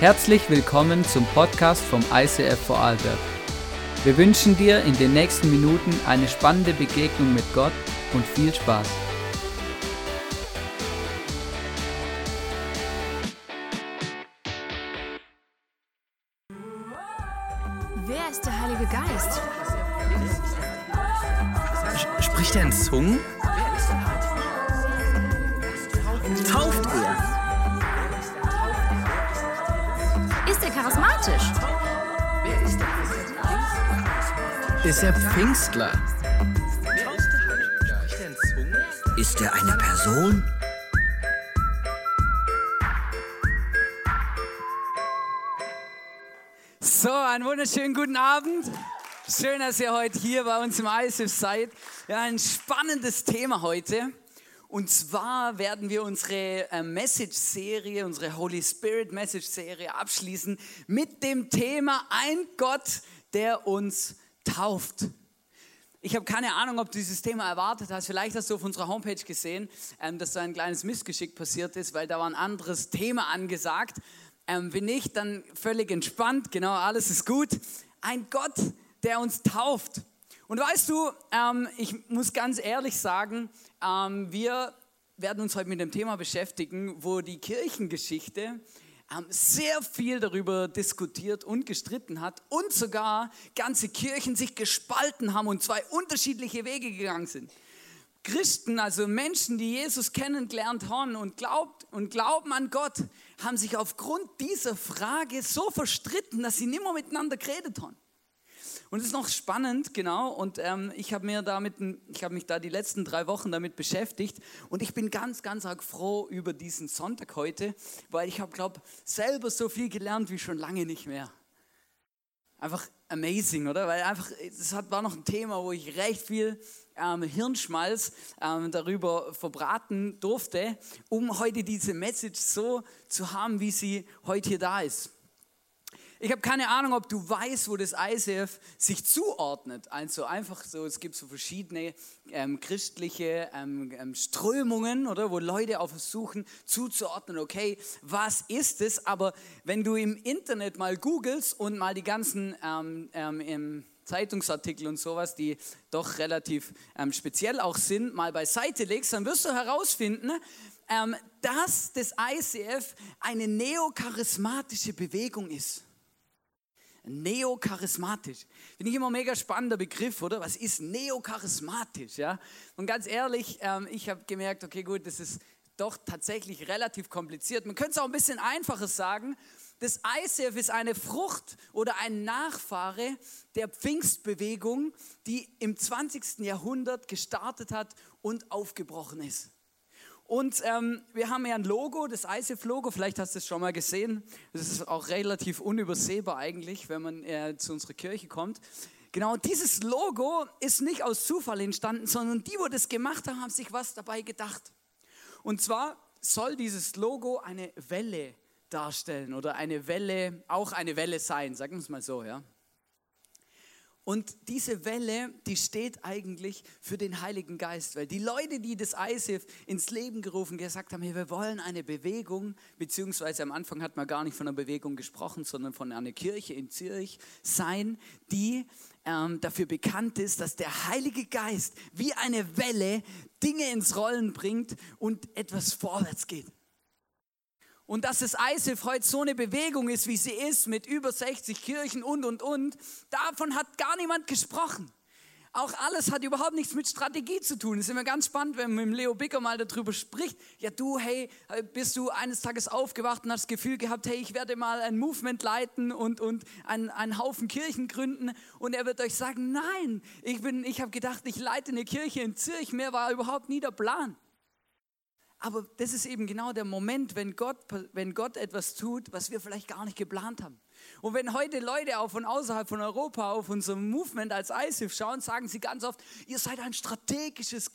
Herzlich willkommen zum Podcast vom ICF Vorarlberg. Wir wünschen dir in den nächsten Minuten eine spannende Begegnung mit Gott und viel Spaß. Wer ist der Heilige Geist? Spricht er in Zungen? Tauft er? Ist er charismatisch? Ist er Pfingstler? Ist er eine Person? So, einen wunderschönen guten Abend. Schön, dass ihr heute hier bei uns im ICF seid. Ja, ein spannendes Thema heute. Und zwar werden wir unsere Message-Serie, unsere Holy Spirit Message-Serie abschließen mit dem Thema Ein Gott, der uns tauft. Ich habe keine Ahnung, ob du dieses Thema erwartet hast. Vielleicht hast du auf unserer Homepage gesehen, dass da ein kleines Missgeschick passiert ist, weil da war ein anderes Thema angesagt. Wenn nicht, dann völlig entspannt. Genau, alles ist gut. Ein Gott, der uns tauft. Und weißt du, ich muss ganz ehrlich sagen, wir werden uns heute mit dem Thema beschäftigen, wo die Kirchengeschichte sehr viel darüber diskutiert und gestritten hat und sogar ganze Kirchen sich gespalten haben und zwei unterschiedliche Wege gegangen sind. Christen, also Menschen, die Jesus kennengelernt haben und glauben an Gott, haben sich aufgrund dieser Frage so verstritten, dass sie nicht mehr miteinander geredet haben. Und es ist noch spannend, genau, und ich habe mich da die letzten 3 Wochen damit beschäftigt und ich bin ganz, ganz arg froh über diesen Sonntag heute, weil ich habe, glaube ich, selber so viel gelernt wie schon lange nicht mehr. Einfach amazing, oder? Weil einfach, war noch ein Thema, wo ich recht viel Hirnschmalz darüber verbraten durfte, um heute diese Message so zu haben, wie sie heute hier da ist. Ich habe keine Ahnung, ob du weißt, wo das ICF sich zuordnet. Also einfach so, es gibt so verschiedene christliche Strömungen, oder, wo Leute auch versuchen zuzuordnen, okay, was ist es? Aber wenn du im Internet mal googelst und mal die ganzen Zeitungsartikel und sowas, die doch relativ speziell auch sind, mal beiseite legst, dann wirst du herausfinden, dass das ICF eine neocharismatische Bewegung ist. Neocharismatisch. Finde ich immer ein mega spannender Begriff, oder? Was ist neocharismatisch? Ja? Und ganz ehrlich, ich habe gemerkt, okay, gut, das ist doch tatsächlich relativ kompliziert. Man könnte es auch ein bisschen einfacher sagen. Das ICF ist eine Frucht oder ein Nachfahre der Pfingstbewegung, die im 20. Jahrhundert gestartet hat und aufgebrochen ist. Und wir haben ja ein Logo, das ICF-Logo, vielleicht hast du es schon mal gesehen. Das ist auch relativ unübersehbar eigentlich, wenn man zu unserer Kirche kommt. Genau, dieses Logo ist nicht aus Zufall entstanden, sondern die, die das gemacht haben, haben sich was dabei gedacht. Und zwar soll dieses Logo eine Welle darstellen oder eine Welle, auch eine Welle sein, sagen wir es mal so, ja. Und diese Welle, die steht eigentlich für den Heiligen Geist, weil die Leute, die das ICF ins Leben gerufen, gesagt haben, hey, wir wollen eine Bewegung, beziehungsweise am Anfang hat man gar nicht von einer Bewegung gesprochen, sondern von einer Kirche in Zürich sein, die dafür bekannt ist, dass der Heilige Geist wie eine Welle Dinge ins Rollen bringt und etwas vorwärts geht. Und dass das ICF heute so eine Bewegung ist, wie sie ist, mit über 60 Kirchen und, davon hat gar niemand gesprochen. Auch alles hat überhaupt nichts mit Strategie zu tun. Es ist immer ganz spannend, wenn man mit Leo Bicker mal darüber spricht. Ja, du, hey, bist du eines Tages aufgewacht und hast das Gefühl gehabt, hey, ich werde mal ein Movement leiten und einen Haufen Kirchen gründen. Und er wird euch sagen, nein, ich habe gedacht, ich leite eine Kirche in Zürich. Mehr war überhaupt nie der Plan. Aber das ist eben genau der Moment, wenn Gott etwas tut, was wir vielleicht gar nicht geplant haben. Und wenn heute Leute auch von außerhalb von Europa auf unser Movement als ICF schauen, sagen sie ganz oft, ihr seid ein strategisches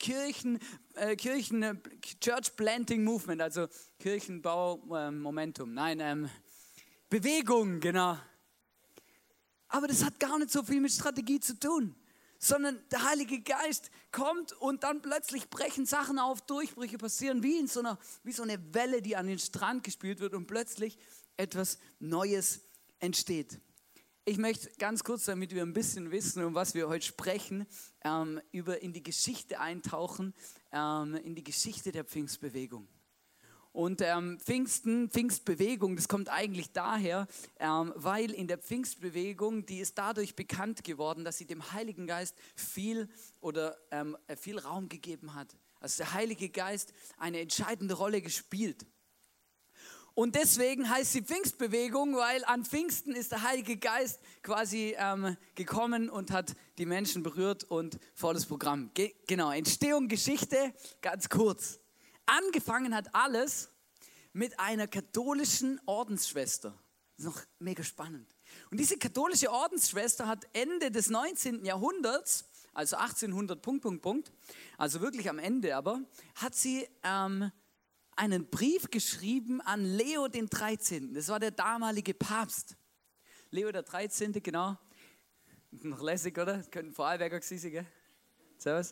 Church Planting Movement, also Kirchenbau Momentum. Nein, Bewegung, genau. Aber das hat gar nicht so viel mit Strategie zu tun. Sondern der Heilige Geist kommt und dann plötzlich brechen Sachen auf, Durchbrüche passieren, wie so eine Welle, die an den Strand gespielt wird und plötzlich etwas Neues entsteht. Ich möchte ganz kurz, damit wir ein bisschen wissen, um was wir heute sprechen, in die Geschichte eintauchen, in die Geschichte der Pfingstbewegung. Und Pfingstbewegung, das kommt eigentlich daher, weil in der Pfingstbewegung, die ist dadurch bekannt geworden, dass sie dem Heiligen Geist viel Raum gegeben hat. Also der Heilige Geist eine entscheidende Rolle gespielt. Und deswegen heißt sie Pfingstbewegung, weil an Pfingsten ist der Heilige Geist quasi gekommen und hat die Menschen berührt und volles Programm. Genau, Entstehung, Geschichte, ganz kurz. Angefangen hat alles mit einer katholischen Ordensschwester. Das ist noch mega spannend. Und diese katholische Ordensschwester hat Ende des 19. Jahrhunderts, also 1800, also wirklich am Ende aber, hat sie einen Brief geschrieben an Leo den 13. Das war der damalige Papst. Leo der 13., genau. Noch lässig, oder? Das könnten Vorarlberger gewesen sein, gell? Servus.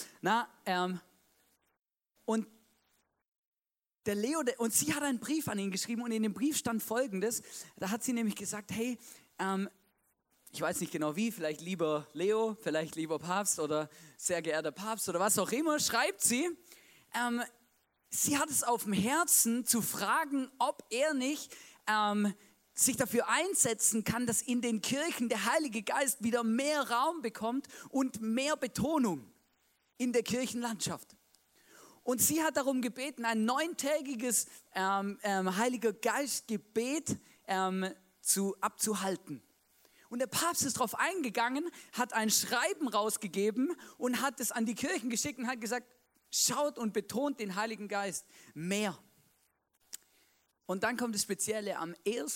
Und der Leo, und sie hat einen Brief an ihn geschrieben und in dem Brief stand Folgendes. Da hat sie nämlich gesagt, hey, ich weiß nicht genau wie, vielleicht lieber Leo, vielleicht lieber Papst oder sehr geehrter Papst oder was auch immer, schreibt sie, sie hat es auf dem Herzen zu fragen, ob er nicht sich dafür einsetzen kann, dass in den Kirchen der Heilige Geist wieder mehr Raum bekommt und mehr Betonung in der Kirchenlandschaft. Und sie hat darum gebeten, ein 9-tägiges Heiliger Geist-Gebet abzuhalten. Und der Papst ist darauf eingegangen, hat ein Schreiben rausgegeben und hat es an die Kirchen geschickt und hat gesagt, schaut und betont den Heiligen Geist mehr. Und dann kommt das Spezielle, am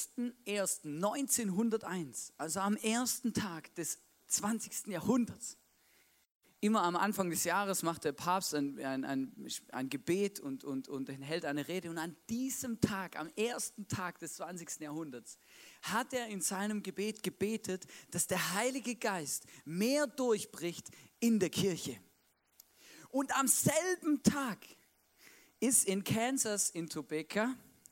1.1.1901, also am ersten Tag des 20. Jahrhunderts, immer am Anfang des Jahres macht der Papst ein Gebet und hält eine Rede. Und an diesem Tag, am ersten Tag des 20. Jahrhunderts, hat er in seinem Gebet gebetet, dass der Heilige Geist mehr durchbricht in der Kirche. Und am selben Tag ist in Kansas, in Topeka,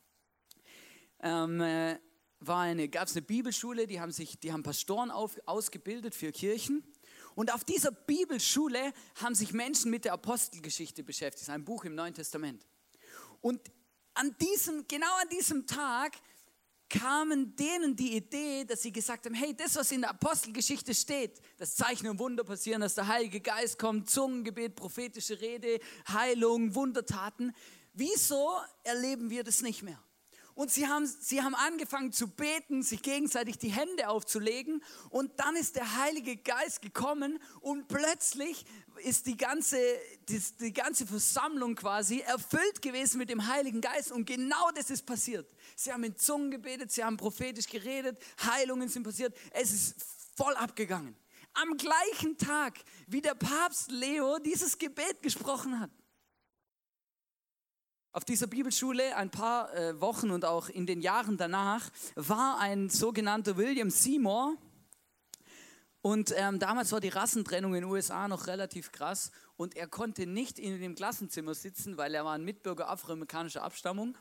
gab es eine Bibelschule, die haben Pastoren ausgebildet für Kirchen. Und auf dieser Bibelschule haben sich Menschen mit der Apostelgeschichte beschäftigt, ein Buch im Neuen Testament. Und genau an diesem Tag kamen denen die Idee, dass sie gesagt haben, hey, das, was in der Apostelgeschichte steht, dass Zeichen und Wunder passieren, dass der Heilige Geist kommt, Zungengebet, prophetische Rede, Heilung, Wundertaten, wieso erleben wir das nicht mehr? Und sie haben angefangen zu beten, sich gegenseitig die Hände aufzulegen und dann ist der Heilige Geist gekommen und plötzlich ist die ganze Versammlung quasi erfüllt gewesen mit dem Heiligen Geist und genau das ist passiert. Sie haben in Zungen gebetet, sie haben prophetisch geredet, Heilungen sind passiert, es ist voll abgegangen. Am gleichen Tag, wie der Papst Leo dieses Gebet gesprochen hat. Auf dieser Bibelschule ein paar Wochen und auch in den Jahren danach war ein sogenannter William Seymour und damals war die Rassentrennung in den USA noch relativ krass und er konnte nicht in dem Klassenzimmer sitzen, weil er war ein Mitbürger afroamerikanischer Abstammung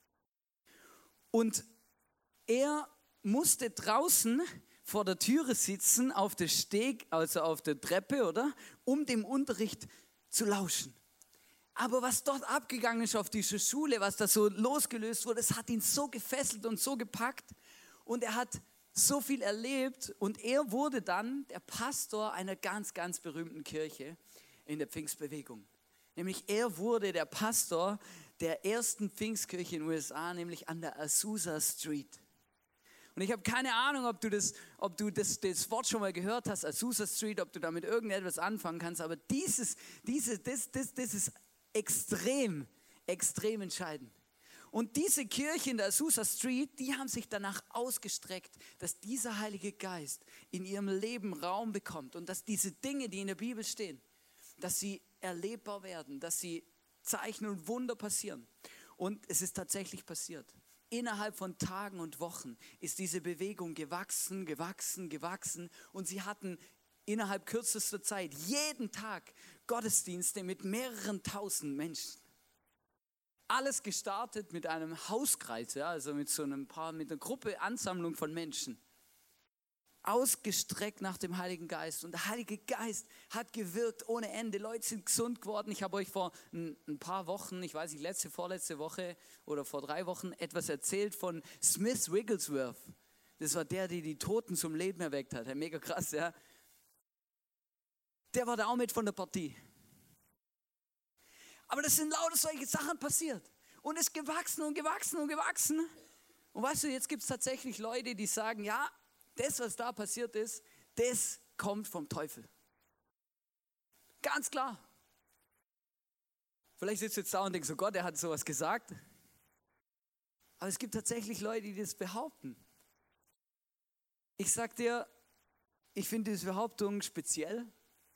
und er musste draußen vor der Türe sitzen, auf der Steg, also auf der Treppe, oder? Um dem Unterricht zu lauschen. Aber was dort abgegangen ist auf dieser Schule, was da so losgelöst wurde, es hat ihn so gefesselt und so gepackt und er hat so viel erlebt und er wurde dann der Pastor einer ganz, ganz berühmten Kirche in der Pfingstbewegung. Nämlich er wurde der Pastor der ersten Pfingstkirche in den USA, nämlich an der Azusa Street. Und ich habe keine Ahnung, ob du das Wort schon mal gehört hast, Azusa Street, ob du damit irgendetwas anfangen kannst, aber das ist extrem, extrem entscheidend. Und diese Kirche in der Azusa Street, die haben sich danach ausgestreckt, dass dieser Heilige Geist in ihrem Leben Raum bekommt und dass diese Dinge, die in der Bibel stehen, dass sie erlebbar werden, dass sie Zeichen und Wunder passieren. Und es ist tatsächlich passiert. Innerhalb von Tagen und Wochen ist diese Bewegung gewachsen und sie hatten innerhalb kürzester Zeit jeden Tag Gottesdienste mit mehreren tausend Menschen. alles gestartet mit einem Hauskreis, ja, also mit mit einer Gruppe, Ansammlung von Menschen. Ausgestreckt nach dem Heiligen Geist. Und der Heilige Geist hat gewirkt ohne Ende. Leute sind gesund geworden. Ich habe euch vor ein paar Wochen, ich weiß nicht, vorletzte Woche oder vor 3 Wochen etwas erzählt von Smith Wigglesworth. Das war der die Toten zum Leben erweckt hat. Mega krass, ja. Der war da auch mit von der Partie. Aber das sind lauter solche Sachen passiert. Und es ist gewachsen und gewachsen und gewachsen. Und weißt du, jetzt gibt es tatsächlich Leute, die sagen, ja, das, was da passiert ist, das kommt vom Teufel. Ganz klar. Vielleicht sitzt du jetzt da und denkst, oh Gott, er hat sowas gesagt. Aber es gibt tatsächlich Leute, die das behaupten. Ich sag dir, ich finde diese Behauptung speziell.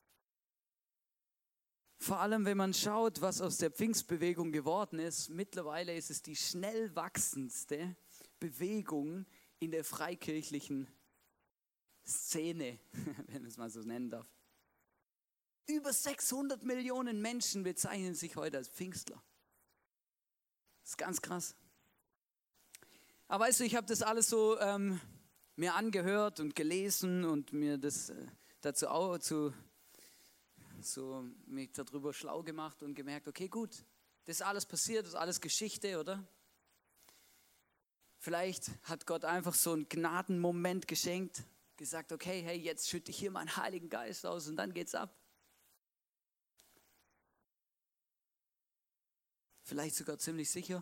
Vor allem, wenn man schaut, was aus der Pfingstbewegung geworden ist. Mittlerweile ist es die schnell wachsendste Bewegung in der freikirchlichen Szene, wenn man es mal so nennen darf. Über 600 Millionen Menschen bezeichnen sich heute als Pfingstler. Das ist ganz krass. Aber weißt du, ich habe das alles so mir angehört und gelesen und mir das dazu auch mich darüber schlau gemacht und gemerkt, okay, gut, das ist alles passiert, das ist alles Geschichte, oder? Vielleicht hat Gott einfach so einen Gnadenmoment geschenkt, gesagt, okay, hey, jetzt schütte ich hier meinen Heiligen Geist aus und dann geht's ab. Vielleicht sogar ziemlich sicher.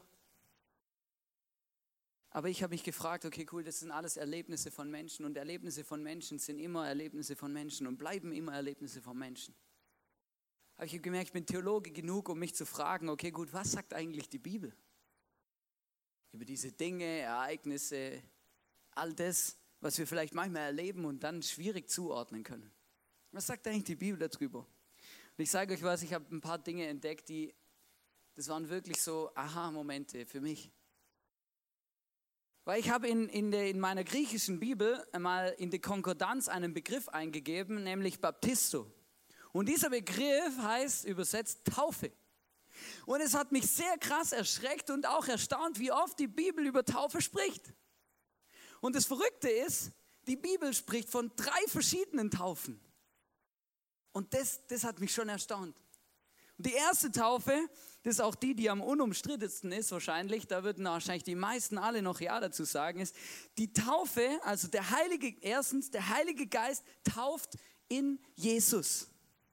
Aber ich habe mich gefragt, okay, cool, das sind alles Erlebnisse von Menschen und Erlebnisse von Menschen sind immer Erlebnisse von Menschen und bleiben immer Erlebnisse von Menschen. Aber ich habe gemerkt, ich bin Theologe genug, um mich zu fragen, okay, gut, was sagt eigentlich die Bibel? Über diese Dinge, Ereignisse, all das, was wir vielleicht manchmal erleben und dann schwierig zuordnen können. Was sagt eigentlich die Bibel darüber? Und ich sage euch was, ich habe ein paar Dinge entdeckt, das waren wirklich so Aha-Momente für mich. Weil ich habe in meiner griechischen Bibel einmal in die Konkordanz einen Begriff eingegeben, nämlich Baptisto. Und dieser Begriff heißt übersetzt Taufe. Und es hat mich sehr krass erschreckt und auch erstaunt, wie oft die Bibel über Taufe spricht. Und das Verrückte ist, die Bibel spricht von 3 verschiedenen Taufen. Und das hat mich schon erstaunt. Und die erste Taufe, das ist auch die am unumstrittensten ist wahrscheinlich, da würden wahrscheinlich die meisten alle noch Ja dazu sagen, ist die Taufe, also der Heilige Geist tauft in Jesus.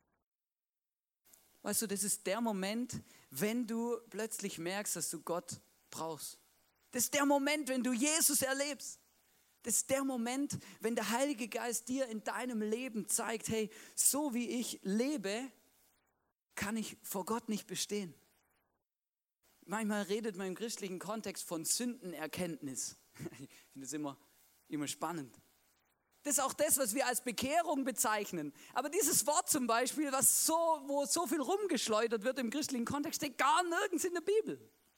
Weißt du, das ist der Moment, wenn du plötzlich merkst, dass du Gott brauchst. Das ist der Moment, wenn du Jesus erlebst. Das ist der Moment, wenn der Heilige Geist dir in deinem Leben zeigt, hey, so wie ich lebe, kann ich vor Gott nicht bestehen. Manchmal redet man im christlichen Kontext von Sündenerkenntnis. Ich finde das immer spannend. Das ist auch das, was wir als Bekehrung bezeichnen. Aber dieses Wort zum Beispiel, wo so viel rumgeschleudert wird im christlichen Kontext, steht gar nirgends in der Bibel.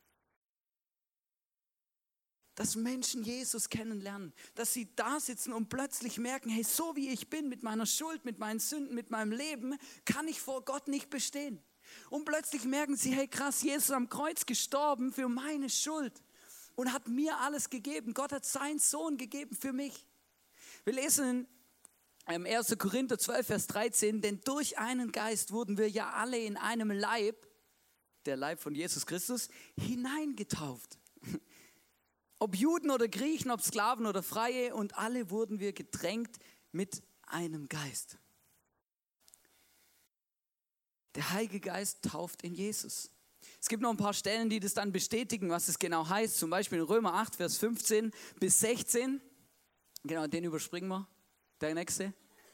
Dass Menschen Jesus kennenlernen, dass sie da sitzen und plötzlich merken, hey, so wie ich bin, mit meiner Schuld, mit meinen Sünden, mit meinem Leben, kann ich vor Gott nicht bestehen. Und plötzlich merken sie, hey krass, Jesus ist am Kreuz gestorben für meine Schuld und hat mir alles gegeben. Gott hat seinen Sohn gegeben für mich. Wir lesen in 1. Korinther 12, Vers 13, denn durch einen Geist wurden wir ja alle in einem Leib, der Leib von Jesus Christus, hineingetauft. Ob Juden oder Griechen, ob Sklaven oder Freie, und alle wurden wir gedrängt mit einem Geist. Der Heilige Geist tauft in Jesus. Es gibt noch ein paar Stellen, die das dann bestätigen, was es genau heißt. Zum Beispiel in Römer 8, Vers 15 bis 16. Genau, den überspringen wir. Der nächste.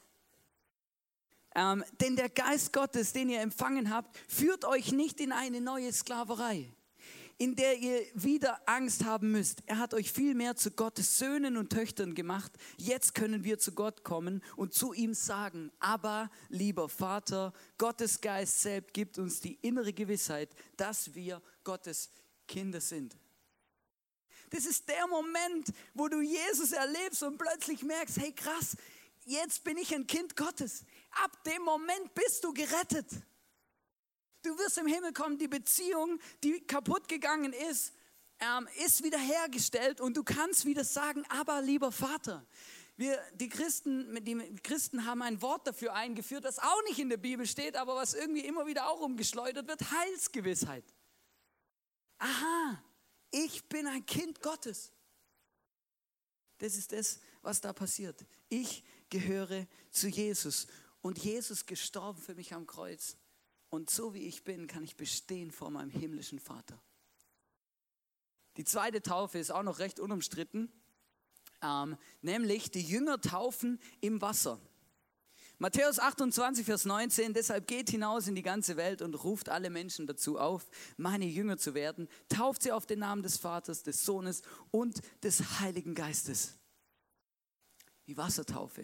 Denn der Geist Gottes, den ihr empfangen habt, führt euch nicht in eine neue Sklaverei, in der ihr wieder Angst haben müsst. Er hat euch vielmehr zu Gottes Söhnen und Töchtern gemacht. Jetzt können wir zu Gott kommen und zu ihm sagen, aber lieber Vater, Gottes Geist selbst gibt uns die innere Gewissheit, dass wir Gottes Kinder sind. Das ist der Moment, wo du Jesus erlebst und plötzlich merkst, hey krass, jetzt bin ich ein Kind Gottes. Ab dem Moment bist du gerettet. Du wirst im Himmel kommen, die Beziehung, die kaputt gegangen ist wiederhergestellt und du kannst wieder sagen, aber lieber Vater. Die Christen haben ein Wort dafür eingeführt, das auch nicht in der Bibel steht, aber was irgendwie immer wieder auch umgeschleudert wird, Heilsgewissheit. Aha, ich bin ein Kind Gottes. Das ist das, was da passiert. Ich gehöre zu Jesus und Jesus gestorben für mich am Kreuz. Und so wie ich bin, kann ich bestehen vor meinem himmlischen Vater. Die zweite Taufe ist auch noch recht unumstritten, nämlich die Jünger taufen im Wasser. Matthäus 28, Vers 19, deshalb geht hinaus in die ganze Welt und ruft alle Menschen dazu auf, meine Jünger zu werden, tauft sie auf den Namen des Vaters, des Sohnes und des Heiligen Geistes. Die Wassertaufe.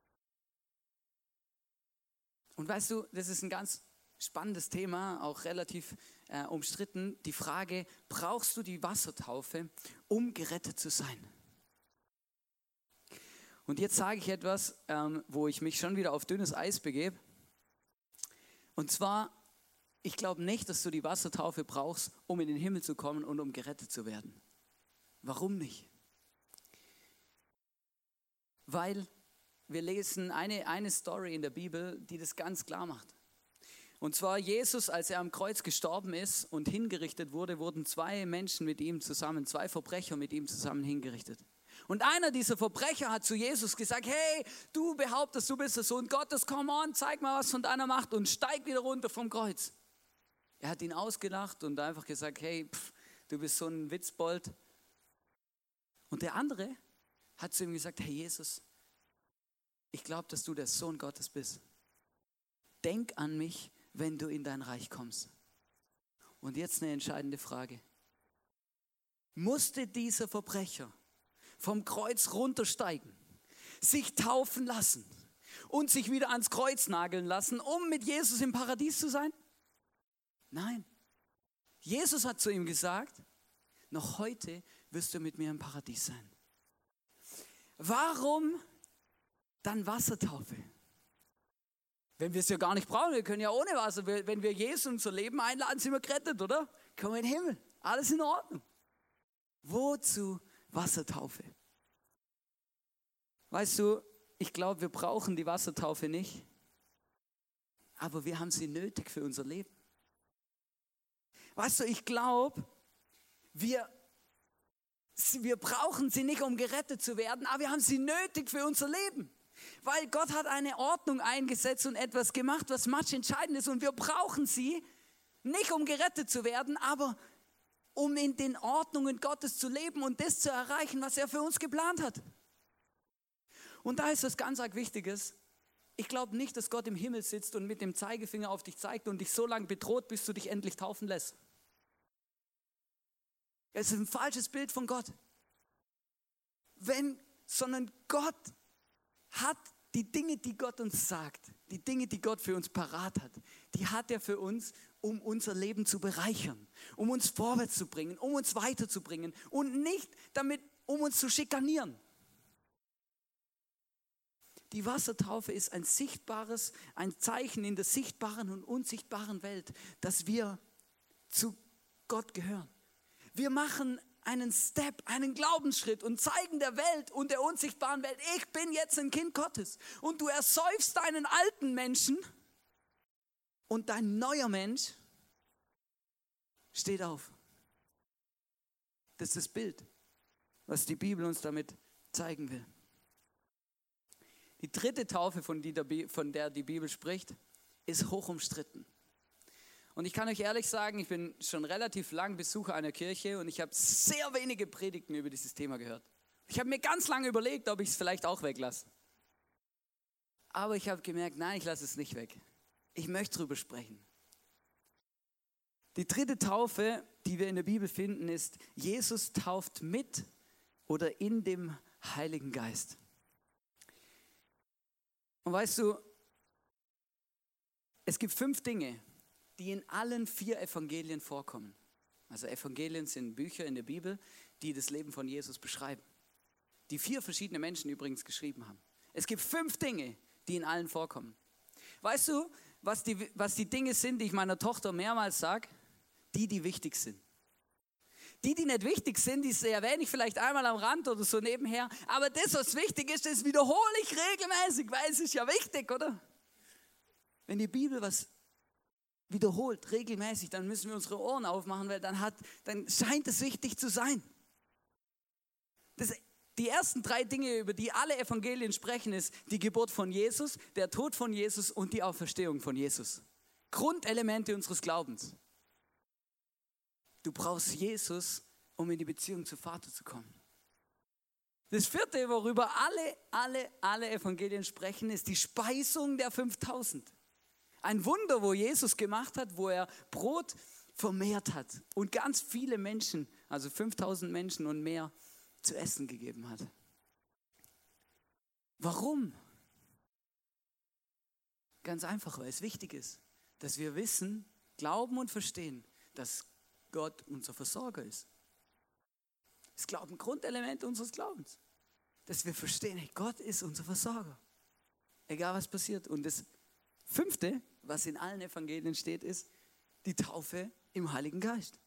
Und weißt du, das ist ein ganz spannendes Thema, auch relativ umstritten. Die Frage, brauchst du die Wassertaufe, um gerettet zu sein? Und jetzt sage ich etwas, wo ich mich schon wieder auf dünnes Eis begebe. Und zwar, ich glaube nicht, dass du die Wassertaufe brauchst, um in den Himmel zu kommen und um gerettet zu werden. Warum nicht? Weil wir lesen eine Story in der Bibel, die das ganz klar macht. Und zwar Jesus, als er am Kreuz gestorben ist und hingerichtet wurde, wurden zwei Verbrecher mit ihm zusammen hingerichtet. Und einer dieser Verbrecher hat zu Jesus gesagt, hey, du behauptest, du bist der Sohn Gottes, come on, zeig mal was von deiner Macht und steig wieder runter vom Kreuz. Er hat ihn ausgelacht und einfach gesagt, hey, du bist so ein Witzbold. Und der andere hat zu ihm gesagt, hey Jesus, ich glaube, dass du der Sohn Gottes bist. Denk an mich, wenn du in dein Reich kommst. Und jetzt eine entscheidende Frage. Musste dieser Verbrecher vom Kreuz runtersteigen, sich taufen lassen und sich wieder ans Kreuz nageln lassen, um mit Jesus im Paradies zu sein? Nein. Jesus hat zu ihm gesagt, noch heute wirst du mit mir im Paradies sein. Warum dann Wassertaufe? Wenn wir es ja gar nicht brauchen, wir können ja ohne Wasser, wenn wir Jesus in unser Leben einladen, sind wir gerettet, oder? Kommen wir in den Himmel, alles in Ordnung. Wozu Wassertaufe? Weißt du, ich glaube, wir brauchen die Wassertaufe nicht, aber wir haben sie nötig für unser Leben. Weißt du, ich glaube, wir brauchen sie nicht, um gerettet zu werden, aber wir haben sie nötig für unser Leben. Weil Gott hat eine Ordnung eingesetzt und etwas gemacht, was entscheidend ist und wir brauchen sie nicht, um gerettet zu werden, aber um in den Ordnungen Gottes zu leben und das zu erreichen, was er für uns geplant hat. Und da ist was ganz arg Wichtiges. Ich glaube nicht, dass Gott im Himmel sitzt und mit dem Zeigefinger auf dich zeigt und dich so lange bedroht, bis du dich endlich taufen lässt. Es ist ein falsches Bild von Gott. Sondern Gott hat die Dinge, die Gott uns sagt, die Dinge, die Gott für uns parat hat, die hat er für uns, um unser Leben zu bereichern, um uns vorwärts zu bringen, um uns weiterzubringen und nicht damit, um uns zu schikanieren. Die Wassertaufe ist ein Zeichen in der sichtbaren und unsichtbaren Welt, dass wir zu Gott gehören. Wir machen einen Step, einen Glaubensschritt und zeigen der Welt und der unsichtbaren Welt, ich bin jetzt ein Kind Gottes. Und du ersäufst deinen alten Menschen und dein neuer Mensch steht auf. Das ist das Bild, was die Bibel uns damit zeigen will. Die dritte Taufe, von der die Bibel spricht, ist hoch umstritten. Und ich kann euch ehrlich sagen, ich bin schon relativ lang Besucher einer Kirche und ich habe sehr wenige Predigten über dieses Thema gehört. Ich habe mir ganz lange überlegt, ob ich es vielleicht auch weglasse. Aber ich habe gemerkt, nein, ich lasse es nicht weg. Ich möchte drüber sprechen. Die dritte Taufe, die wir in der Bibel finden, ist, Jesus tauft mit oder in dem Heiligen Geist. Und weißt du, es gibt 5 Dinge, die in allen 4 Evangelien vorkommen. Also Evangelien sind Bücher in der Bibel, die das Leben von Jesus beschreiben. Die 4 verschiedene Menschen übrigens geschrieben haben. Es gibt 5 Dinge, die in allen vorkommen. Weißt du, was die Dinge sind, die ich meiner Tochter mehrmals sage, die wichtig sind. Die nicht wichtig sind, die erwähne ich vielleicht einmal am Rand oder so nebenher. Aber das, was wichtig ist, das wiederhole ich regelmäßig, weil es ist ja wichtig, oder? Wenn die Bibel was wiederholt, regelmäßig, dann müssen wir unsere Ohren aufmachen, weil dann scheint es wichtig zu sein. Die ersten 3 Dinge, über die alle Evangelien sprechen, ist die Geburt von Jesus, der Tod von Jesus und die Auferstehung von Jesus. Grundelemente unseres Glaubens. Du brauchst Jesus, um in die Beziehung zu Vater zu kommen. Das 4., worüber alle Evangelien sprechen, ist die Speisung der 5000. Ein Wunder, wo Jesus gemacht hat, wo er Brot vermehrt hat und ganz viele Menschen, also 5000 Menschen und mehr, zu essen gegeben hat. Warum? Ganz einfach, weil es wichtig ist, dass wir wissen, glauben und verstehen, dass Gott unser Versorger ist. Das ist ein Grundelement unseres Glaubens. Dass wir verstehen, hey, Gott ist unser Versorger. Egal was passiert. Und das 5., was in allen Evangelien steht, ist die Taufe im Heiligen Geist.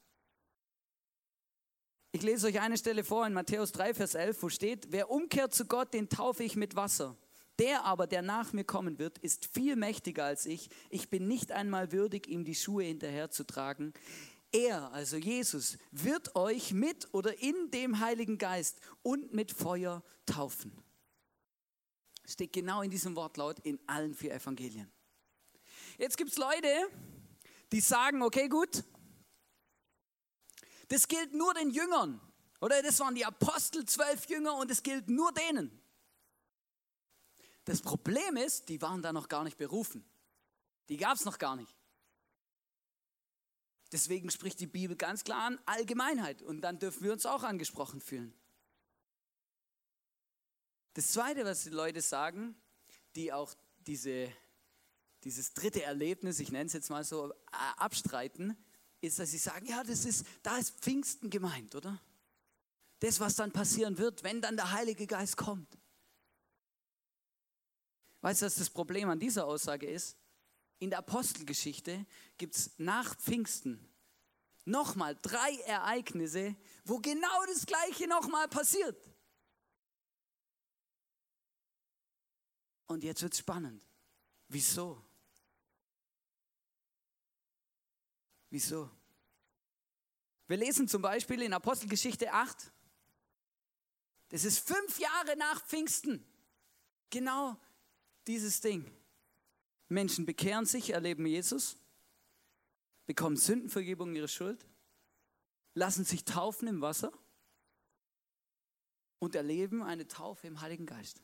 Ich lese euch eine Stelle vor in Matthäus 3, Vers 11, wo steht, wer umkehrt zu Gott, den taufe ich mit Wasser. Der aber, der nach mir kommen wird, ist viel mächtiger als ich. Ich bin nicht einmal würdig, ihm die Schuhe hinterherzutragen. Er, also Jesus, wird euch mit oder in dem Heiligen Geist und mit Feuer taufen. Steht genau in diesem Wortlaut in allen 4 Evangelien. Jetzt gibt es Leute, die sagen, okay, gut, das gilt nur den Jüngern. Oder das waren die Apostel, 12 Jünger und es gilt nur denen. Das Problem ist, die waren da noch gar nicht berufen. Die gab es noch gar nicht. Deswegen spricht die Bibel ganz klar an Allgemeinheit und dann dürfen wir uns auch angesprochen fühlen. Das Zweite, was die Leute sagen, die auch dieses 3. Erlebnis, ich nenne es jetzt mal so, abstreiten, ist, dass sie sagen, ja, da ist Pfingsten gemeint, oder? Das, was dann passieren wird, wenn dann der Heilige Geist kommt. Weißt du, was das Problem an dieser Aussage ist? In der Apostelgeschichte gibt es nach Pfingsten nochmal 3 Ereignisse, wo genau das Gleiche nochmal passiert. Und jetzt wird es spannend. Wieso? Wieso? Wir lesen zum Beispiel in Apostelgeschichte 8, das ist 5 Jahre nach Pfingsten, genau dieses Ding. Menschen bekehren sich, erleben Jesus, bekommen Sündenvergebung ihrer Schuld, lassen sich taufen im Wasser und erleben eine Taufe im Heiligen Geist.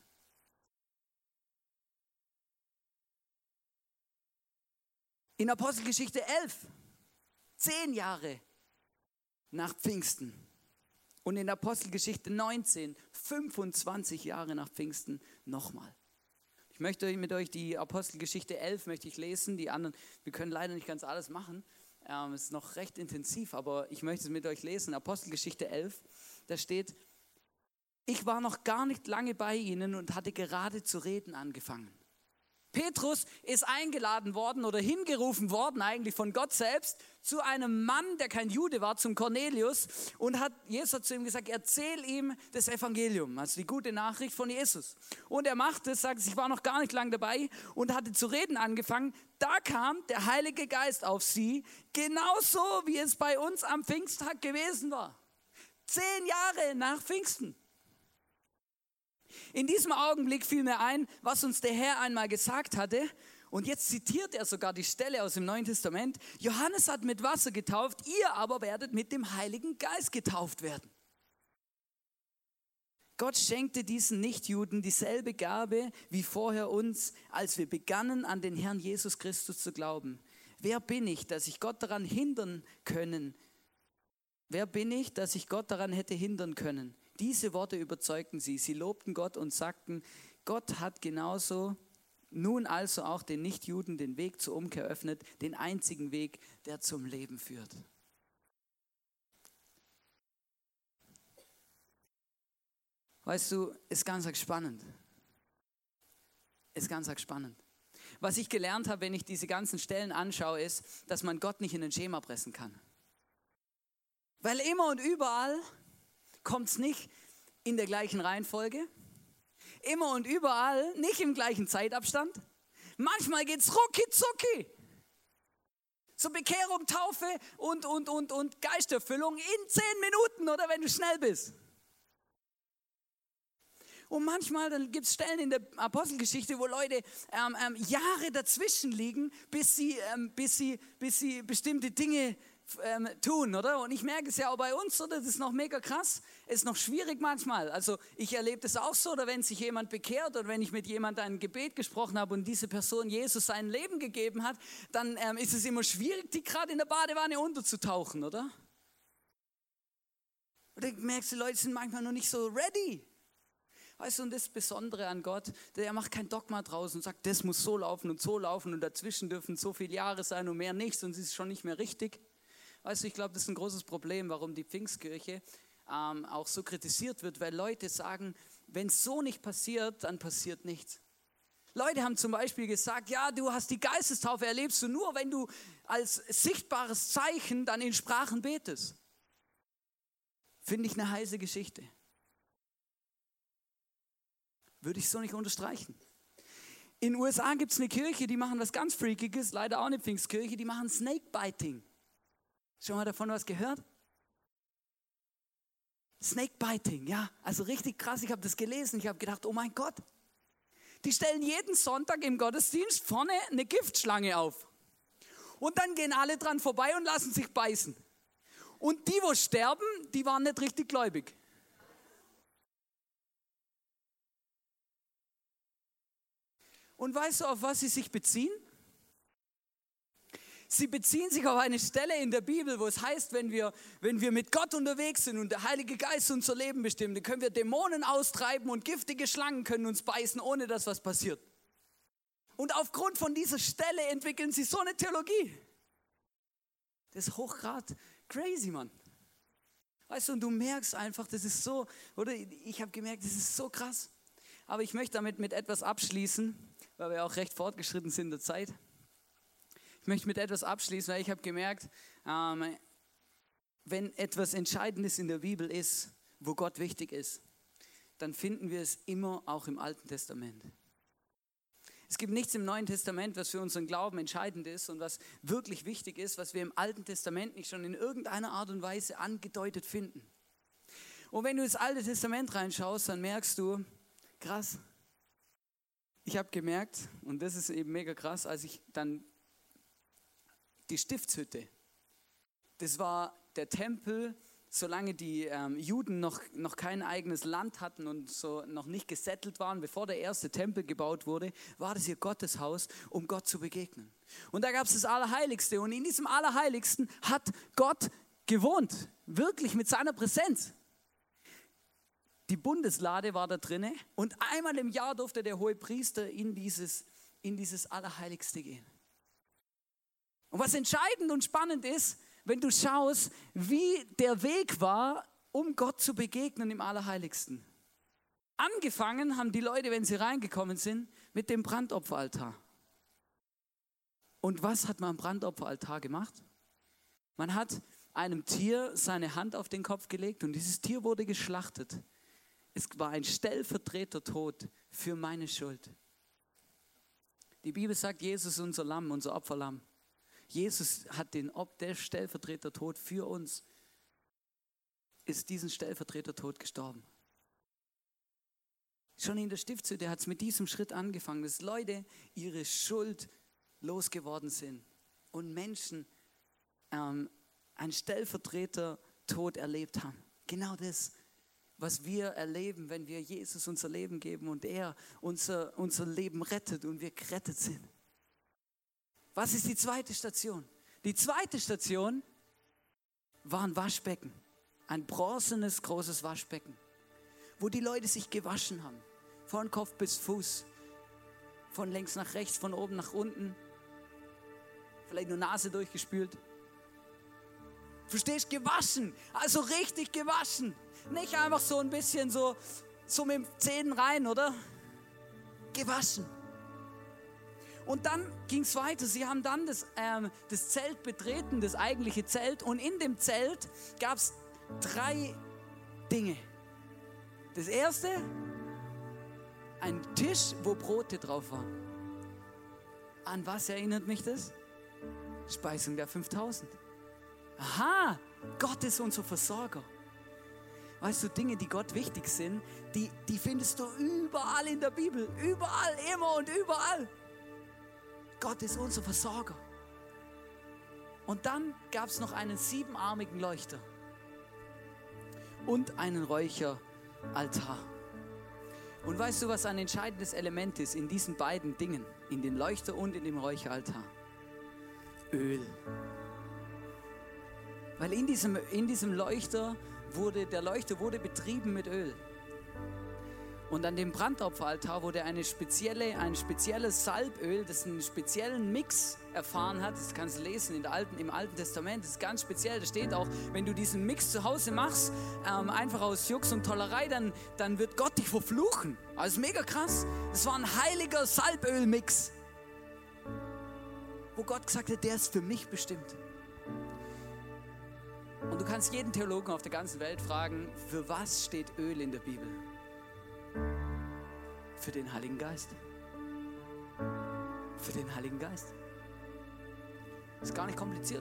In Apostelgeschichte 11, 10 Jahre nach Pfingsten. Und in Apostelgeschichte 19, 25 Jahre nach Pfingsten nochmal. Ich möchte mit euch die Apostelgeschichte 11 möchte ich lesen. Die anderen, wir können leider nicht ganz alles machen. Es ist noch recht intensiv, aber ich möchte es mit euch lesen. Apostelgeschichte 11, da steht, ich war noch gar nicht lange bei ihnen und hatte gerade zu reden angefangen. Petrus ist eingeladen worden oder hingerufen worden eigentlich von Gott selbst zu einem Mann, der kein Jude war, zum Cornelius und Jesus hat zu ihm gesagt, erzähl ihm das Evangelium, also die gute Nachricht von Jesus. Und er macht es, sagt, ich war noch gar nicht lang dabei und hatte zu reden angefangen. Da kam der Heilige Geist auf sie, genauso wie es bei uns am Pfingsttag gewesen war. 10 Jahre nach Pfingsten. In diesem Augenblick fiel mir ein, was uns der Herr einmal gesagt hatte. Und jetzt zitiert er sogar die Stelle aus dem Neuen Testament. Johannes hat mit Wasser getauft, ihr aber werdet mit dem Heiligen Geist getauft werden. Gott schenkte diesen Nichtjuden dieselbe Gabe wie vorher uns, als wir begannen, an den Herrn Jesus Christus zu glauben. Wer bin ich, dass ich Gott daran hindern können? Wer bin ich, dass ich Gott daran hätte hindern können? Diese Worte überzeugten sie. Sie lobten Gott und sagten, Gott hat genauso nun also auch den Nichtjuden den Weg zur Umkehr öffnet, den einzigen Weg, der zum Leben führt. Weißt du, ist ganz spannend. Ist ganz spannend. Was ich gelernt habe, wenn ich diese ganzen Stellen anschaue, ist, dass man Gott nicht in ein Schema pressen kann. Weil immer und überall kommt es nicht in der gleichen Reihenfolge, immer und überall nicht im gleichen Zeitabstand. Manchmal geht es rucki zucki. So Bekehrung, Taufe und Geisterfüllung in 10 Minuten oder wenn du schnell bist. Und manchmal, dann gibt es Stellen in der Apostelgeschichte, wo Leute Jahre dazwischen liegen, bis sie bestimmte Dinge tun, oder? Und ich merke es ja auch bei uns, oder? Das ist noch mega krass, ist noch schwierig manchmal. Also ich erlebe das auch so, oder wenn sich jemand bekehrt oder wenn ich mit jemandem ein Gebet gesprochen habe und diese Person Jesus sein Leben gegeben hat, dann ist es immer schwierig, die gerade in der Badewanne unterzutauchen, oder? Und dann merkst du, die Leute sind manchmal noch nicht so ready. Weißt du, und das Besondere an Gott, der macht kein Dogma draus und sagt, das muss so laufen und dazwischen dürfen so viele Jahre sein und mehr nichts und es ist schon nicht mehr richtig. Weißt du, ich glaube, das ist ein großes Problem, warum die Pfingstkirche auch so kritisiert wird, weil Leute sagen, wenn es so nicht passiert, dann passiert nichts. Leute haben zum Beispiel gesagt, ja, du hast die Geistestaufe, erlebst du nur, wenn du als sichtbares Zeichen dann in Sprachen betest. Finde ich eine heiße Geschichte. Würde ich so nicht unterstreichen. In den USA gibt es eine Kirche, die machen was ganz Freakiges, leider auch eine Pfingstkirche, die machen Snakebiting. Schon mal davon was gehört? Snakebiting, ja, also richtig krass, ich habe das gelesen, ich habe gedacht, oh mein Gott. Die stellen jeden Sonntag im Gottesdienst vorne eine Giftschlange auf. Und dann gehen alle dran vorbei und lassen sich beißen. Und die, wo sterben, die waren nicht richtig gläubig. Und weißt du, auf was sie sich beziehen? Sie beziehen sich auf eine Stelle in der Bibel, wo es heißt, wenn wir mit Gott unterwegs sind und der Heilige Geist unser Leben bestimmt, dann können wir Dämonen austreiben und giftige Schlangen können uns beißen, ohne dass was passiert. Und aufgrund von dieser Stelle entwickeln sie so eine Theologie. Das ist hochgrad crazy, Mann. Weißt du, und du merkst einfach, das ist so, oder ich habe gemerkt, das ist so krass. Aber ich möchte damit mit etwas abschließen, weil wir auch recht fortgeschritten sind in der Zeit. Ich möchte mit etwas abschließen, weil ich habe gemerkt, wenn etwas Entscheidendes in der Bibel ist, wo Gott wichtig ist, dann finden wir es immer auch im Alten Testament. Es gibt nichts im Neuen Testament, was für unseren Glauben entscheidend ist und was wirklich wichtig ist, was wir im Alten Testament nicht schon in irgendeiner Art und Weise angedeutet finden. Und wenn du ins Alte Testament reinschaust, dann merkst du, krass, ich habe gemerkt, und das ist eben mega krass, als ich dann die Stiftshütte, das war der Tempel, solange die Juden noch kein eigenes Land hatten und so noch nicht gesettelt waren, bevor der erste Tempel gebaut wurde, war das ihr Gotteshaus, um Gott zu begegnen. Und da gab es das Allerheiligste und in diesem Allerheiligsten hat Gott gewohnt, wirklich mit seiner Präsenz. Die Bundeslade war da drinne und einmal im Jahr durfte der Hohepriester in dieses Allerheiligste gehen. Und was entscheidend und spannend ist, wenn du schaust, wie der Weg war, um Gott zu begegnen im Allerheiligsten. Angefangen haben die Leute, wenn sie reingekommen sind, mit dem Brandopferaltar. Und was hat man am Brandopferaltar gemacht? Man hat einem Tier seine Hand auf den Kopf gelegt und dieses Tier wurde geschlachtet. Es war ein Stellvertretertod für meine Schuld. Die Bibel sagt, Jesus ist unser Lamm, unser Opferlamm. Jesus hat der Stellvertretertod für uns, ist diesen Stellvertretertod gestorben. Schon in der Stiftshütte hat es mit diesem Schritt angefangen, dass Leute ihre Schuld losgeworden sind und Menschen einen Stellvertretertod erlebt haben. Genau das, was wir erleben, wenn wir Jesus unser Leben geben und er unser Leben rettet und wir gerettet sind. Was ist die zweite Station? Die zweite Station war ein Waschbecken. Ein bronzenes, großes Waschbecken, wo die Leute sich gewaschen haben. Von Kopf bis Fuß. Von links nach rechts, von oben nach unten. Vielleicht nur Nase durchgespült. Verstehst? Gewaschen. Also richtig gewaschen. Nicht einfach so ein bisschen so mit den Zähnen rein, oder? Gewaschen. Und dann ging es weiter. Sie haben dann das Zelt betreten, das eigentliche Zelt. Und in dem Zelt gab es 3 Dinge. Das erste, ein Tisch, wo Brote drauf waren. An was erinnert mich das? Speisung der 5000. Aha, Gott ist unser Versorger. Weißt du, Dinge, die Gott wichtig sind, die findest du überall in der Bibel. Überall, immer und überall. Gott ist unser Versorger. Und dann gab es noch einen 7-armigen Leuchter und einen Räucheraltar. Und weißt du, was ein entscheidendes Element ist in diesen beiden Dingen, in den Leuchter und in dem Räucheraltar? Öl. Weil in diesem Leuchter der Leuchter wurde betrieben mit Öl. Und an dem Brandopferaltar wurde ein spezielles Salböl, das einen speziellen Mix erfahren hat. Das kannst du lesen im Alten Testament. Das ist ganz speziell. Da steht auch, wenn du diesen Mix zu Hause machst, einfach aus Jux und Tollerei, dann wird Gott dich verfluchen. Also mega krass. Das war ein heiliger Salbölmix, wo Gott gesagt hat, der ist für mich bestimmt. Und du kannst jeden Theologen auf der ganzen Welt fragen, für was steht Öl in der Bibel? Für den Heiligen Geist. Für den Heiligen Geist. Ist gar nicht kompliziert.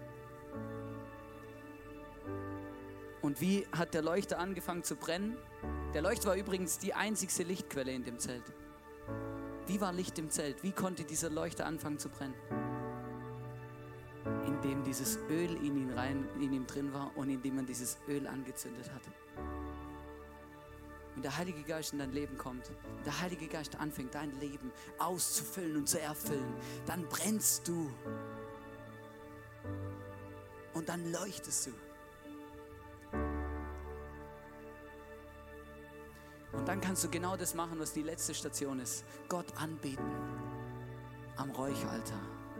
Und wie hat der Leuchter angefangen zu brennen? Der Leuchter war übrigens die einzigste Lichtquelle in dem Zelt. Wie war Licht im Zelt? Wie konnte dieser Leuchter anfangen zu brennen? Indem dieses Öl in ihm drin war und indem man dieses Öl angezündet hat. Wenn der Heilige Geist in dein Leben kommt, der Heilige Geist anfängt, dein Leben auszufüllen und zu erfüllen, dann brennst du und dann leuchtest du. Und dann kannst du genau das machen, was die letzte Station ist. Gott anbeten am Räucheraltar.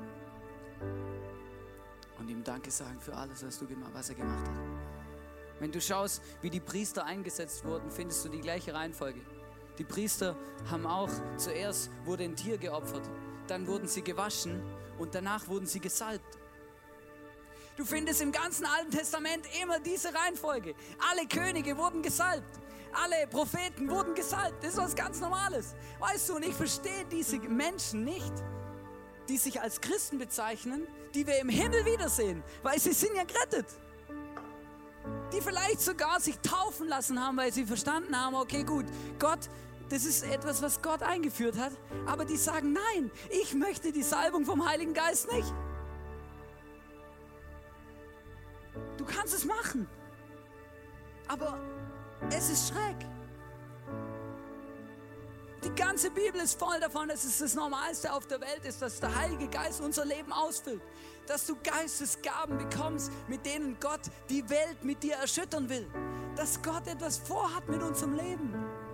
Und ihm Danke sagen für alles, was er gemacht hat. Wenn du schaust, wie die Priester eingesetzt wurden, findest du die gleiche Reihenfolge. Die Priester haben auch, zuerst wurde ein Tier geopfert, dann wurden sie gewaschen und danach wurden sie gesalbt. Du findest im ganzen Alten Testament immer diese Reihenfolge. Alle Könige wurden gesalbt, alle Propheten wurden gesalbt. Das ist was ganz Normales. Weißt du, und ich verstehe diese Menschen nicht, die sich als Christen bezeichnen, die wir im Himmel wiedersehen, weil sie sind ja gerettet. Die vielleicht sogar sich taufen lassen haben, weil sie verstanden haben, okay gut, Gott, das ist etwas, was Gott eingeführt hat. Aber die sagen, nein, ich möchte die Salbung vom Heiligen Geist nicht. Du kannst es machen, aber es ist schräg. Die ganze Bibel ist voll davon, dass es das Normalste auf der Welt ist, dass der Heilige Geist unser Leben ausfüllt. Dass du Geistesgaben bekommst, mit denen Gott die Welt mit dir erschüttern will. Dass Gott etwas vorhat mit unserem Leben.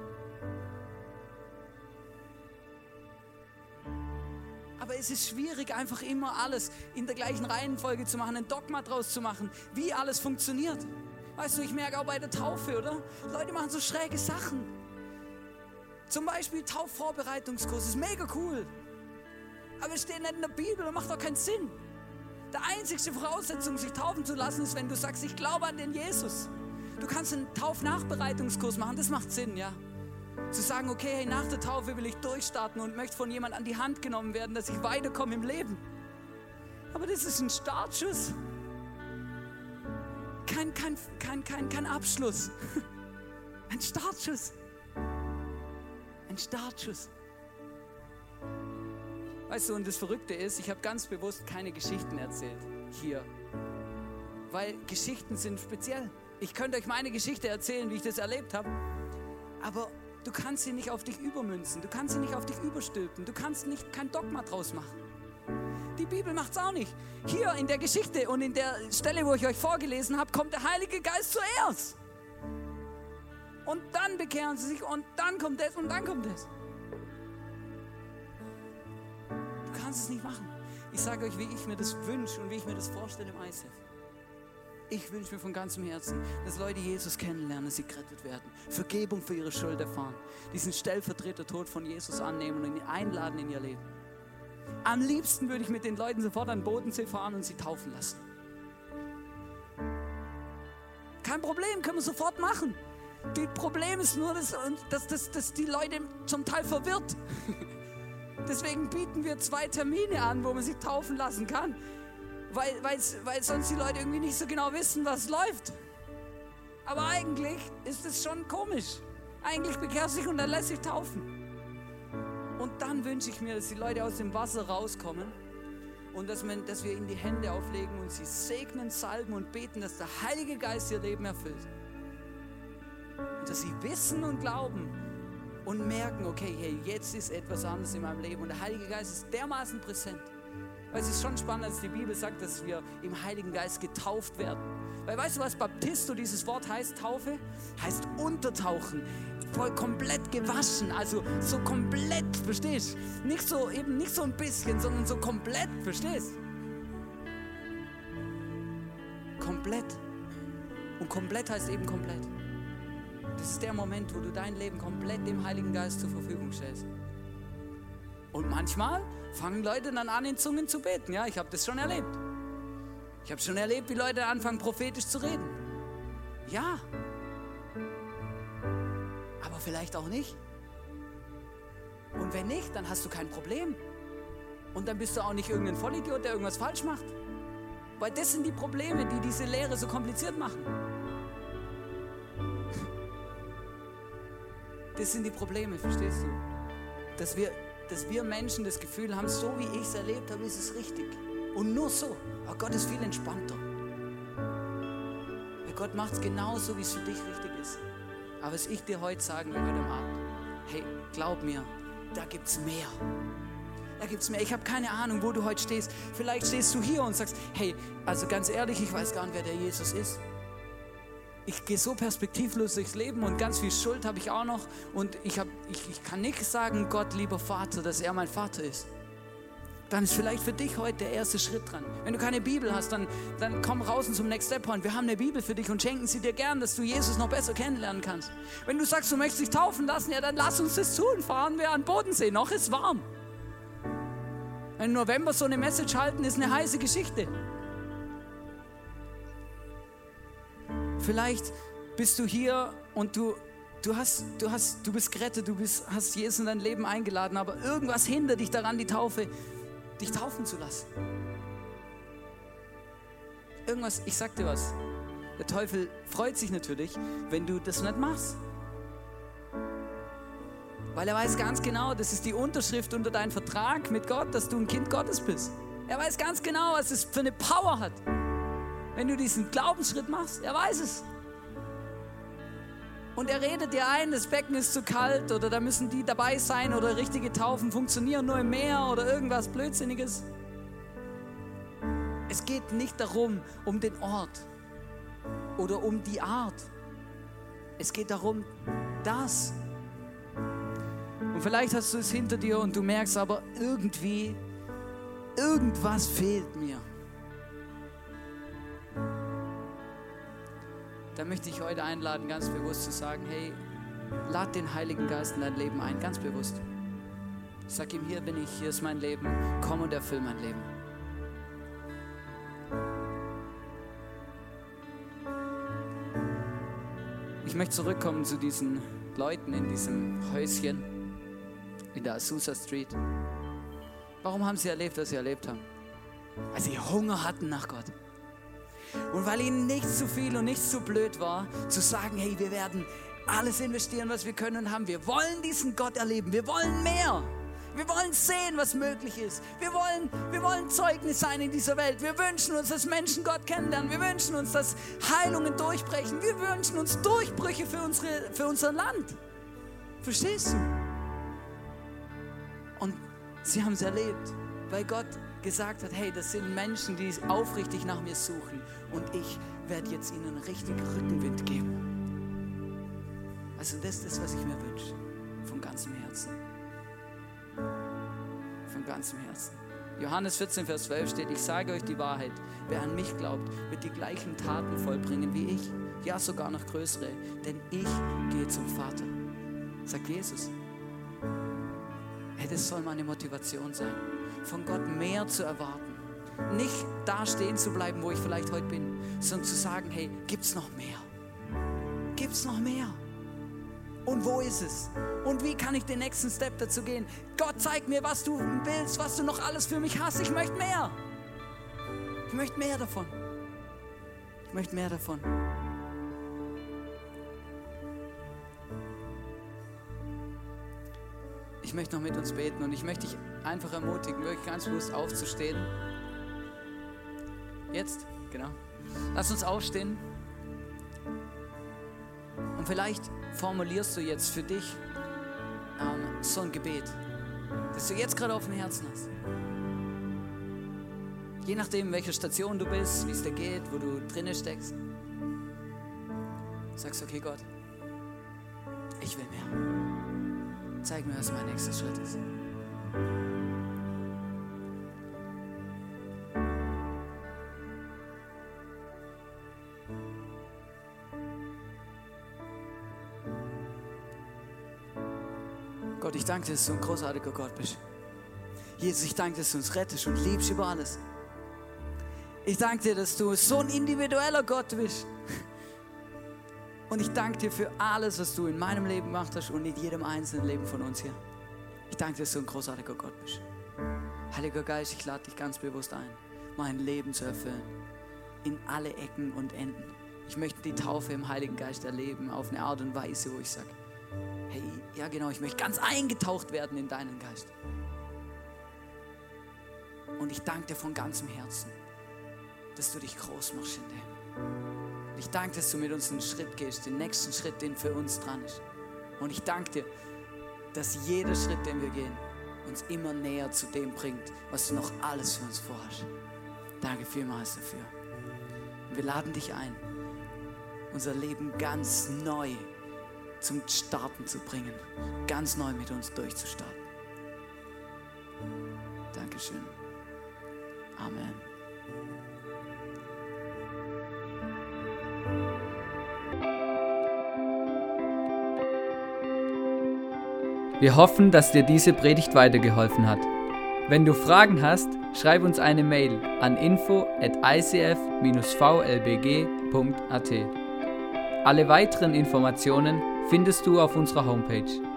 Aber es ist schwierig, einfach immer alles in der gleichen Reihenfolge zu machen, ein Dogma draus zu machen, wie alles funktioniert. Weißt du, ich merke auch bei der Taufe, oder? Leute machen so schräge Sachen. Zum Beispiel Taufvorbereitungskurs, ist mega cool. Aber es steht nicht in der Bibel und macht auch keinen Sinn. Die einzigste Voraussetzung, sich taufen zu lassen, ist, wenn du sagst, ich glaube an den Jesus. Du kannst einen Taufnachbereitungskurs machen, das macht Sinn, ja. Zu sagen, okay, hey, nach der Taufe will ich durchstarten und möchte von jemand an die Hand genommen werden, dass ich weiterkomme im Leben. Aber das ist ein Startschuss. Kein Abschluss. Ein Startschuss. Ein Startschuss. Weißt du, und das Verrückte ist, ich habe ganz bewusst keine Geschichten erzählt hier. Weil Geschichten sind speziell. Ich könnte euch meine Geschichte erzählen, wie ich das erlebt habe. Aber du kannst sie nicht auf dich übermünzen. Du kannst sie nicht auf dich überstülpen. Du kannst kein Dogma draus machen. Die Bibel macht es auch nicht. Hier in der Geschichte und in der Stelle, wo ich euch vorgelesen habe, kommt der Heilige Geist zuerst. Und dann bekehren sie sich und dann kommt das und dann kommt das. Du kannst es nicht machen. Ich sage euch, wie ich mir das wünsche und wie ich mir das vorstelle im ICF. Ich wünsche mir von ganzem Herzen, dass Leute Jesus kennenlernen, dass sie gerettet werden, Vergebung für ihre Schuld erfahren, diesen Stellvertretertod von Jesus annehmen und ihn einladen in ihr Leben. Am liebsten würde ich mit den Leuten sofort an den Bodensee fahren und sie taufen lassen. Kein Problem, können wir sofort machen. Das Problem ist nur, dass die Leute zum Teil verwirrt. Deswegen bieten wir 2 Termine an, wo man sich taufen lassen kann. Weil sonst die Leute irgendwie nicht so genau wissen, was läuft. Aber eigentlich ist es schon komisch. Eigentlich bekehrst du dich und dann lässt sich taufen. Und dann wünsche ich mir, dass die Leute aus dem Wasser rauskommen und dass wir ihnen die Hände auflegen und sie segnen, salben und beten, dass der Heilige Geist ihr Leben erfüllt. Und dass sie wissen und glauben und merken, okay, hey, jetzt ist etwas anderes in meinem Leben. Und der Heilige Geist ist dermaßen präsent. Weil es ist schon spannend, als die Bibel sagt, dass wir im Heiligen Geist getauft werden. Weil weißt du, was Baptisto, dieses Wort heißt, Taufe? Heißt untertauchen, voll komplett gewaschen, also so komplett, verstehst du? Nicht so ein bisschen, sondern so komplett, verstehst du? Komplett. Und komplett heißt eben komplett. Das ist der Moment, wo du dein Leben komplett dem Heiligen Geist zur Verfügung stellst. Und manchmal fangen Leute dann an, in Zungen zu beten. Ja, ich habe das schon erlebt. Ich habe schon erlebt, wie Leute anfangen, prophetisch zu reden. Ja. Aber vielleicht auch nicht. Und wenn nicht, dann hast du kein Problem. Und dann bist du auch nicht irgendein Vollidiot, der irgendwas falsch macht. Weil das sind die Probleme, die diese Lehre so kompliziert machen. Das sind die Probleme, verstehst du? Dass wir Menschen das Gefühl haben, so wie ich es erlebt habe, ist es richtig. Und nur so. Aber Gott ist viel entspannter. Weil Gott macht es genauso, wie es für dich richtig ist. Aber was ich dir heute sagen will heute Abend, hey, glaub mir, da gibt's mehr. Da gibt's mehr. Ich habe keine Ahnung, wo du heute stehst. Vielleicht stehst du hier und sagst, hey, also ganz ehrlich, ich weiß gar nicht, wer der Jesus ist. Ich gehe so perspektivlos durchs Leben und ganz viel Schuld habe ich auch noch. Und ich kann nicht sagen, Gott, lieber Vater, dass er mein Vater ist. Dann ist vielleicht für dich heute der erste Schritt dran. Wenn du keine Bibel hast, dann komm raus zum Next Step Point. Wir haben eine Bibel für dich und schenken sie dir gern, dass du Jesus noch besser kennenlernen kannst. Wenn du sagst, du möchtest dich taufen lassen, ja, dann lass uns das tun. Fahren wir an den Bodensee, noch ist warm. Im November so eine Message halten, ist eine heiße Geschichte. Vielleicht bist du hier und du bist gerettet, hast Jesus in dein Leben eingeladen, aber irgendwas hindert dich daran, dich taufen zu lassen. Irgendwas, ich sag dir was, der Teufel freut sich natürlich, wenn du das nicht machst. Weil er weiß ganz genau, das ist die Unterschrift unter deinen Vertrag mit Gott, dass du ein Kind Gottes bist. Er weiß ganz genau, was es für eine Power hat. Wenn du diesen Glaubensschritt machst, er weiß es. Und er redet dir ein, das Becken ist zu kalt oder da müssen die dabei sein oder richtige Taufen funktionieren nur im Meer oder irgendwas Blödsinniges. Es geht nicht darum, um den Ort oder um die Art. Es geht darum, das. Und vielleicht hast du es hinter dir und du merkst aber irgendwas fehlt mir. Da möchte ich heute einladen, ganz bewusst zu sagen, hey, lad den Heiligen Geist in dein Leben ein, ganz bewusst. Sag ihm, hier bin ich, hier ist mein Leben, komm und erfüll mein Leben. Ich möchte zurückkommen zu diesen Leuten in diesem Häuschen in der Azusa Street. Warum haben sie erlebt, was sie erlebt haben? Weil sie Hunger hatten nach Gott. Und weil ihnen nichts zu viel und nichts zu blöd war, zu sagen, hey, wir werden alles investieren, was wir können und haben. Wir wollen diesen Gott erleben. Wir wollen mehr. Wir wollen sehen, was möglich ist. Wir wollen Zeugnis sein in dieser Welt. Wir wünschen uns, dass Menschen Gott kennenlernen. Wir wünschen uns, dass Heilungen durchbrechen. Wir wünschen uns Durchbrüche für unser Land. Verstehst du? Und sie haben es erlebt, weil Gott gesagt hat, hey, das sind Menschen, die aufrichtig nach mir suchen und ich werde jetzt ihnen richtig Rückenwind geben. Also das ist das, was ich mir wünsche, von ganzem Herzen. Von ganzem Herzen. Johannes 14, Vers 12 steht, ich sage euch die Wahrheit, wer an mich glaubt, wird die gleichen Taten vollbringen wie ich, ja sogar noch größere, denn ich gehe zum Vater, sagt Jesus. Hey, das soll meine Motivation sein. von Gott mehr zu erwarten. Nicht da stehen zu bleiben, wo ich vielleicht heute bin, sondern zu sagen, hey, gibt's noch mehr? Gibt's noch mehr? Und wo ist es? Und wie kann ich den nächsten Step dazu gehen? Gott, zeig mir, was du willst, was du noch alles für mich hast. Ich möchte mehr. Ich möchte mehr davon. Ich möchte mehr davon. Ich möchte noch mit uns beten und ich möchte dich einfach ermutigen, wirklich ganz bewusst aufzustehen. Jetzt, genau. Lass uns aufstehen. Und vielleicht formulierst du jetzt für dich so ein Gebet, das du jetzt gerade auf dem Herzen hast. Je nachdem, in welcher Station du bist, wie es dir geht, wo du drinnen steckst. Sagst, okay Gott, ich will mehr. Zeig mir, was mein nächster Schritt ist. Gott, ich danke dir, dass du ein großartiger Gott bist. Jesus, ich danke dir, dass du uns rettest und liebst über alles. Ich danke dir, dass du so ein individueller Gott bist. Und ich danke dir für alles, was du in meinem Leben gemacht hast und in jedem einzelnen Leben von uns hier. Ich danke dir, dass du ein großartiger Gott bist. Heiliger Geist, ich lade dich ganz bewusst ein, mein Leben zu erfüllen. In alle Ecken und Enden. Ich möchte die Taufe im Heiligen Geist erleben, auf eine Art und Weise, wo ich sage, hey, ja genau, ich möchte ganz eingetaucht werden in deinen Geist. Und ich danke dir von ganzem Herzen, dass du dich groß machst in dem. Ich danke, dass du mit uns einen Schritt gehst, den nächsten Schritt, den für uns dran ist. Und ich danke dir, dass jeder Schritt, den wir gehen, uns immer näher zu dem bringt, was du noch alles für uns vorhast. Danke vielmals dafür. Und wir laden dich ein, unser Leben ganz neu zum Starten zu bringen, ganz neu mit uns durchzustarten. Dankeschön. Amen. Wir hoffen, dass dir diese Predigt weitergeholfen hat. Wenn du Fragen hast, schreib uns eine Mail an info@icf-vlbg.at. Alle weiteren Informationen findest du auf unserer Homepage.